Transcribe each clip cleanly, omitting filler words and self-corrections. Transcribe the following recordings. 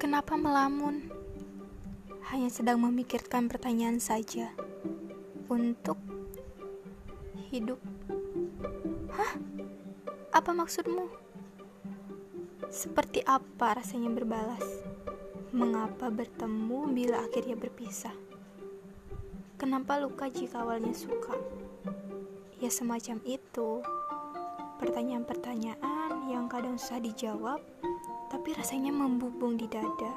Kenapa melamun? Hanya sedang memikirkan pertanyaan saja. Untuk hidup. Hah? Apa maksudmu? Seperti apa rasanya berbalas? Mengapa bertemu bila akhirnya berpisah? Kenapa luka jika awalnya suka? Ya semacam itu. Pertanyaan-pertanyaan yang kadang susah dijawab, tapi rasanya membubung di dada.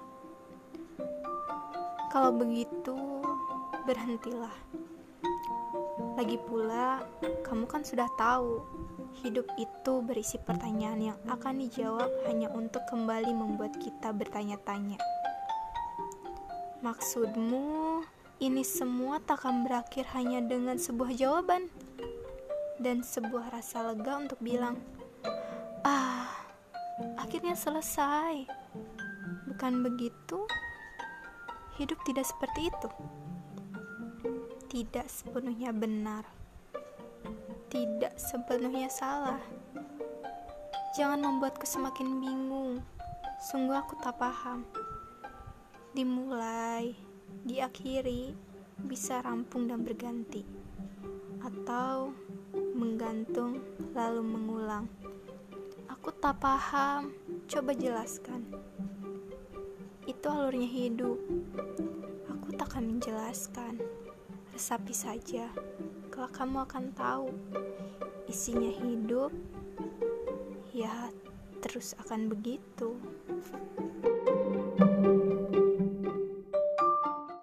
Kalau begitu, berhentilah. Lagi pula, kamu kan sudah tahu, hidup itu berisi pertanyaan yang akan dijawab hanya untuk kembali membuat kita bertanya-tanya. Maksudmu, ini semua takkan berakhir hanya dengan sebuah jawaban dan sebuah rasa lega untuk bilang, akhirnya selesai. Bukan begitu? Hidup tidak seperti itu. Tidak sepenuhnya benar. Tidak sepenuhnya salah. Jangan membuatku semakin bingung. Sungguh aku tak paham. Dimulai, diakhiri, bisa rampung dan berganti. Atau menggantung lalu mengulang. Aku tak paham. Coba jelaskan. Itu alurnya hidup. Aku tak akan menjelaskan. Resapi saja. Kelak kamu akan tahu. Isinya hidup. Ya, terus akan begitu.